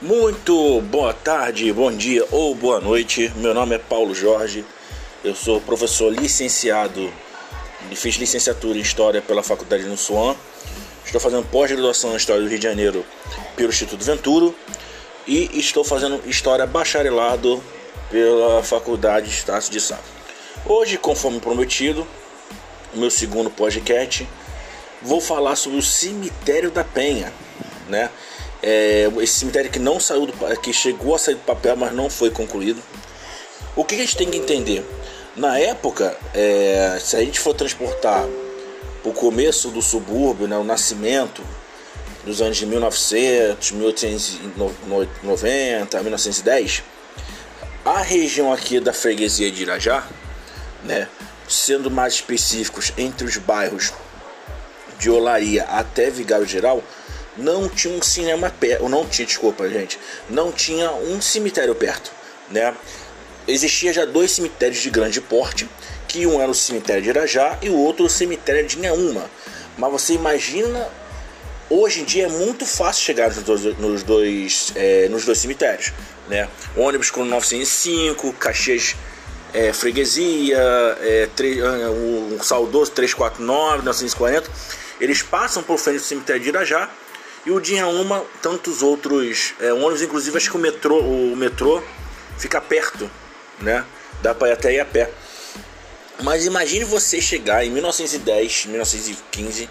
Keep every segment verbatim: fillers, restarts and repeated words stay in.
Muito boa tarde, bom dia ou boa noite. Meu nome é Paulo Jorge. Eu sou professor licenciado e fiz licenciatura em História pela Faculdade no Suam. Estou fazendo pós-graduação em História do Rio de Janeiro pelo Instituto Venturo e estou fazendo História bacharelado pela Faculdade Estácio de Sá. Hoje, conforme prometido, o meu segundo podcast, vou falar sobre o Cemitério da Penha, né? É, esse cemitério que não saiu do, que chegou a sair do papel, mas não foi concluído. O que a gente tem que entender? Na época, é, se a gente for transportar o começo do subúrbio, né, o nascimento dos anos de mil e novecentos, mil oitocentos e noventa, mil novecentos e dez, a região aqui da freguesia de Irajá, né, sendo mais específicos entre os bairros de Olaria até Vigário Geral, não tinha um cinema perto, não tinha, desculpa gente, não tinha um cemitério perto, né? Existia já dois cemitérios de grande porte, que um era o cemitério de Irajá e o outro o cemitério de Inhaúma. Mas você imagina, hoje em dia é muito fácil chegar nos dois, nos dois, é, nos dois cemitérios, né? Ônibus com novecentos e cinco, Caxias é, Freguesia, é, tre, um saudoso trezentos e quarenta e nove, novecentos e quarenta, eles passam por frente do cemitério de Irajá. E o de Inhaúma, tantos outros é, ônibus, inclusive acho que o metrô, o metrô fica perto, né? Dá para ir até ir a pé. Mas imagine você chegar em mil novecentos e dez, mil novecentos e quinze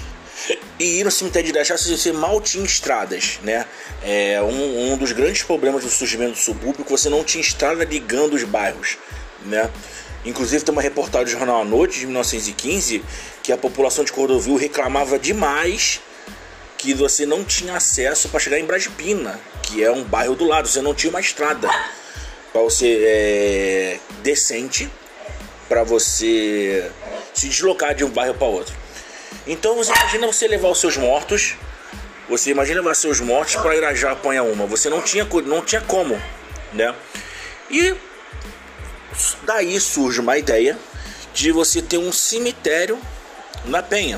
e ir no cemitério de Irajá se você mal tinha estradas, né? É um, um dos grandes problemas do surgimento do subúrbio, que você não tinha estrada ligando os bairros, né? Inclusive tem uma reportagem do Jornal à Noite de mil novecentos e quinze que a população de Cordovil reclamava demais que você não tinha acesso para chegar em Brasília, que é um bairro do lado. Você não tinha uma estrada para você é, decente para você se deslocar de um bairro para outro. Então você imagina você levar os seus mortos, você imagina levar seus mortos para Irajá, Inhaúma. Você não tinha, não tinha como, né? E daí surge uma ideia de você ter um cemitério na Penha,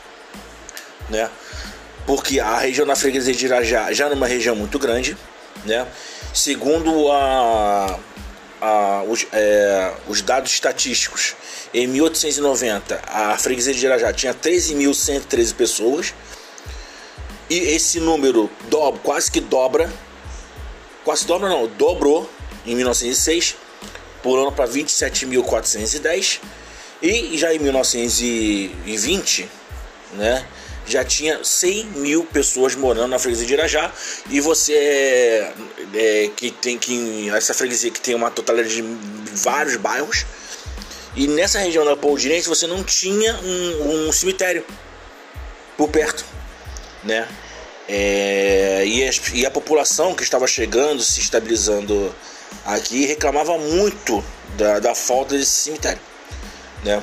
né? Porque a região da freguesia de Irajá já é uma região muito grande, né? Segundo a, a, os, é, os dados estatísticos, em mil oitocentos e noventa a freguesia de Irajá tinha treze mil cento e treze pessoas, e esse número do, quase que dobra, quase dobra não, dobrou em mil novecentos e seis, pulando para vinte e sete mil quatrocentos e dez, e já em mil novecentos e vinte, né, já tinha cem mil pessoas morando na freguesia de Irajá. E você é, é, que tem que essa freguesia que tem uma totalidade de vários bairros, e nessa região da Poldinense você não tinha um, um cemitério por perto, né? É, e, a, e a população que estava chegando, se estabilizando aqui, reclamava muito da, da falta desse cemitério, né?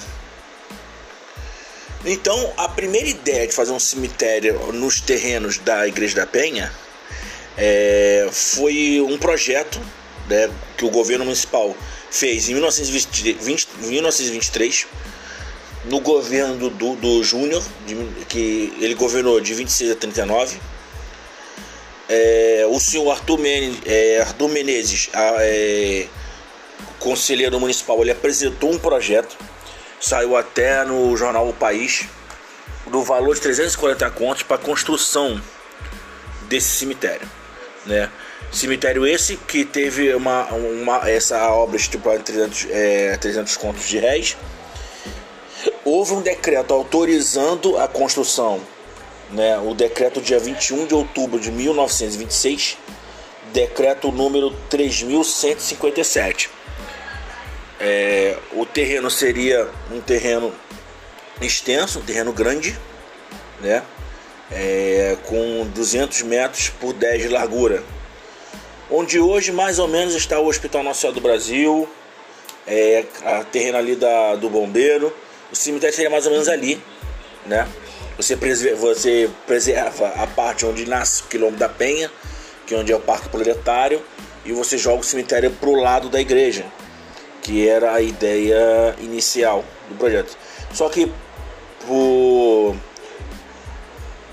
Então, a primeira ideia de fazer um cemitério nos terrenos da Igreja da Penha é, foi um projeto, né, que o governo municipal fez em mil novecentos e vinte e três, no governo do, do Júnior, que ele governou de vinte e seis a trinta e nove. É, o senhor Arthur, Men, é, Arthur Menezes, a, é, conselheiro municipal, ele apresentou um projeto, saiu até no jornal O País, do valor de trezentos e quarenta contos para a construção desse cemitério, né? Cemitério esse que teve uma, uma essa obra estipulada em trezentos, é, trezentos contos de réis. Houve um decreto autorizando a construção, né? O decreto dia vinte e um de outubro de mil novecentos e vinte e seis, decreto número três mil cento e cinquenta e sete. É, o terreno seria um terreno extenso, um terreno grande, né? É, com duzentos metros por dez de largura, onde hoje mais ou menos está o Hospital Nacional do Brasil, é, a terreno ali da, do bombeiro. O cemitério seria mais ou menos ali, né? Você preserva, você preserva a parte onde nasce o Quilombo da Penha, que é onde é o Parque Proletário, e você joga o cemitério para o lado da igreja, que era a ideia inicial do projeto. Só que por,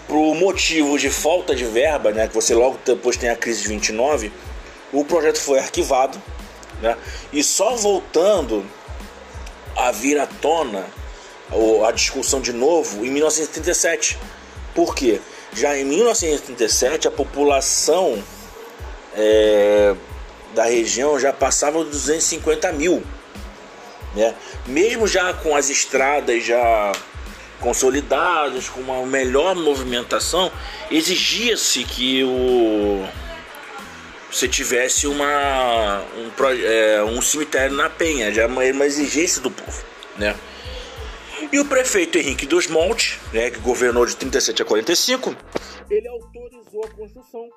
por motivo de falta de verba, né, que você logo depois tem a crise de vinte e nove, o projeto foi arquivado, né, e só voltando a vir à tona a discussão de novo em mil novecentos e trinta e sete. Por quê? Já em mil novecentos e trinta e sete a população é, da região já passava dos duzentos e cinquenta mil, né? Mesmo já com as estradas já consolidadas, com uma melhor movimentação, exigia-se que o você tivesse uma, um, é, um cemitério na Penha, já uma, uma exigência do povo, né? E o prefeito Henrique dos Montes, né, que governou de trinta e sete a quarenta e cinco, ele autorizou a construção.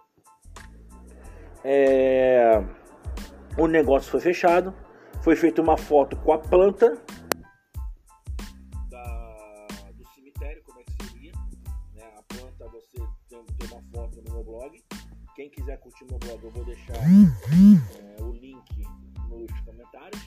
É... O negócio foi fechado, foi feita uma foto com a planta da... do cemitério, como é que seria, né? A planta, você tem, tem uma foto no meu blog. Quem quiser curtir meu blog, eu vou deixar é, o link nos comentários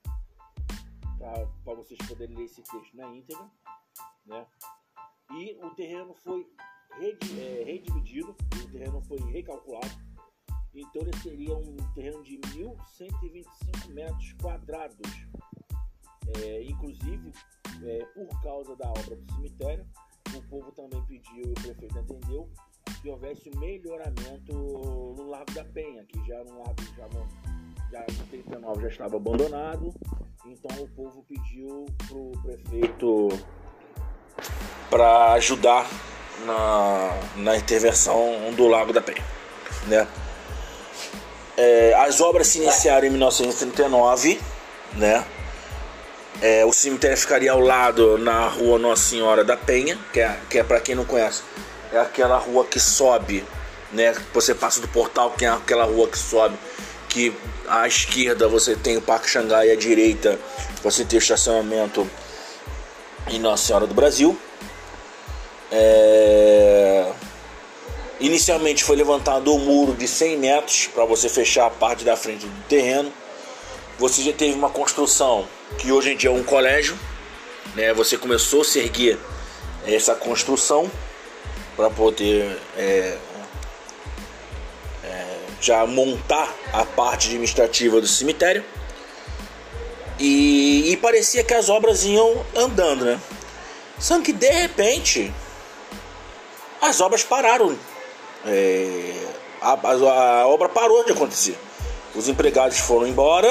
para vocês poderem ler esse texto na íntegra, né? E o terreno foi redi- é, redividido, o terreno foi recalculado, então ele seria um terreno de mil cento e vinte e cinco metros quadrados. É, inclusive, é, por causa da obra do cemitério, o povo também pediu, e o prefeito entendeu, que houvesse um melhoramento no Largo da Penha, que já no Largo já não, já em trinta e nove já estava abandonado. Então o povo pediu pro prefeito para ajudar na, na intervenção do Lago da Penha, né? É, as obras se iniciaram em mil novecentos e trinta e nove, né? É, o cemitério ficaria ao lado na rua Nossa Senhora da Penha, que é, que é para quem não conhece, é aquela rua que sobe, né? Você passa do portal, que é aquela rua que sobe, que à esquerda você tem o Parque Xangai e à direita você tem o estacionamento em Nossa Senhora do Brasil. É... Inicialmente foi levantado um muro de cem metros para você fechar a parte da frente do terreno. Você já teve uma construção que hoje em dia é um colégio, né? Você começou a se erguer essa construção para poder é, é, já montar a parte administrativa do cemitério. E, e parecia que as obras iam andando, né? Só que de repente as obras pararam. É, a, a, a obra parou de acontecer. Os empregados foram embora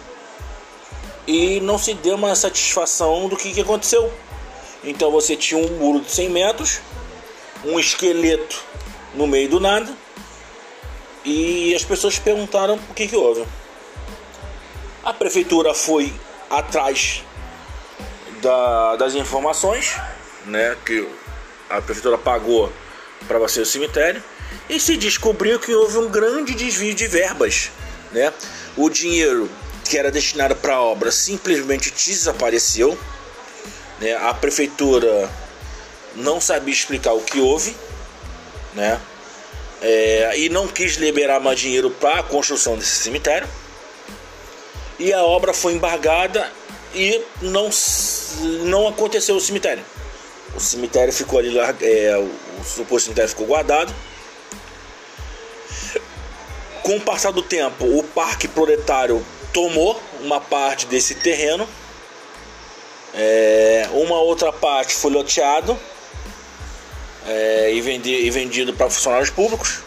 e não se deu uma satisfação do que, que aconteceu. Então você tinha um muro de cem metros, um esqueleto no meio do nada, e as pessoas perguntaram o que, que houve. A prefeitura foi atrás da, das informações, né, que a prefeitura pagou para você o cemitério, e se descobriu que houve um grande desvio de verbas, né? O dinheiro que era destinado para a obra simplesmente desapareceu, né? A prefeitura não sabia explicar o que houve, né? É, e não quis liberar mais dinheiro para a construção desse cemitério, e a obra foi embargada e não, não aconteceu o cemitério. O cemitério ficou ali, é, o suposto cemitério ficou guardado. Com o passar do tempo, o Parque Proletário tomou uma parte desse terreno, é, uma outra parte foi loteado é, e, vendi, e vendido para funcionários públicos,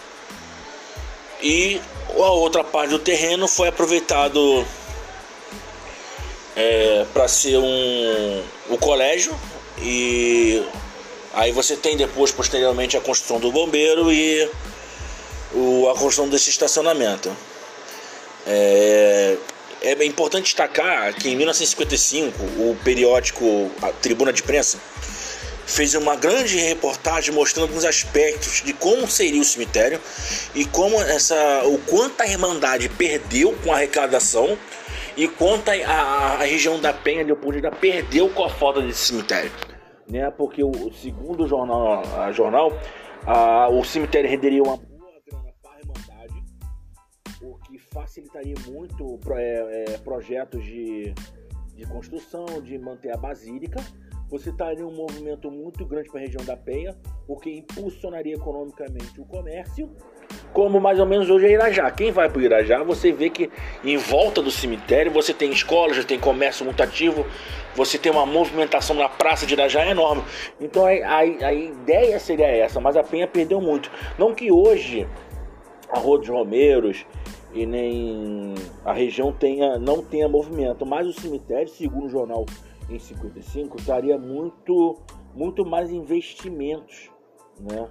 e a outra parte do terreno foi aproveitado é, para ser um, um colégio. E aí você tem depois, posteriormente, a construção do bombeiro e o, a construção desse estacionamento. É, é importante destacar que em mil novecentos e cinquenta e cinco o periódico a Tribuna de Imprensa fez uma grande reportagem mostrando alguns aspectos de como seria o cemitério e como essa, o quanto a Irmandade perdeu com a arrecadação e quanto a, a, a região da Penha, Leopoldina, perdeu com a falta desse cemitério, né? Porque o, segundo o jornal, a jornal a, o cemitério renderia uma boa grana para a Irmandade, o que facilitaria muito é, é, projetos de, de construção, de manter a basílica. Você estaria um movimento muito grande para a região da Penha, porque impulsionaria economicamente o comércio, como mais ou menos hoje é Irajá. Quem vai para o Irajá, você vê que em volta do cemitério você tem escolas, já tem comércio muito ativo, você tem uma movimentação na praça de Irajá enorme. Então a, a, a ideia seria essa, mas a Penha perdeu muito. Não que hoje a Rua dos Romeiros e nem a região tenha, não tenha movimento, mas o cemitério, segundo o jornal em cinquenta e cinco, traria muito, muito mais investimentos, né,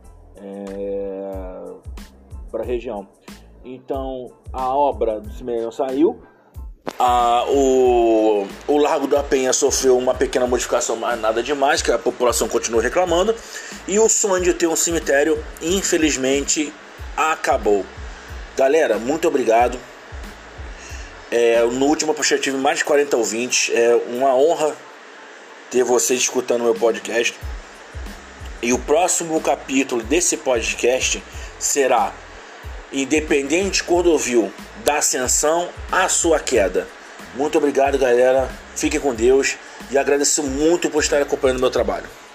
é, para a região. Então a obra do cemitério não saiu, a, o, o Largo da Penha sofreu uma pequena modificação, mas nada demais, que a população continua reclamando, e o sonho de ter um cemitério, infelizmente, acabou. Galera, muito obrigado. É, no último post eu tive mais de quarenta ouvintes. É uma honra ter vocês escutando meu podcast. E o próximo capítulo desse podcast será Independente Cordovil, da ascensão à sua queda. Muito obrigado, galera. Fiquem com Deus e agradeço muito por estar acompanhando meu trabalho.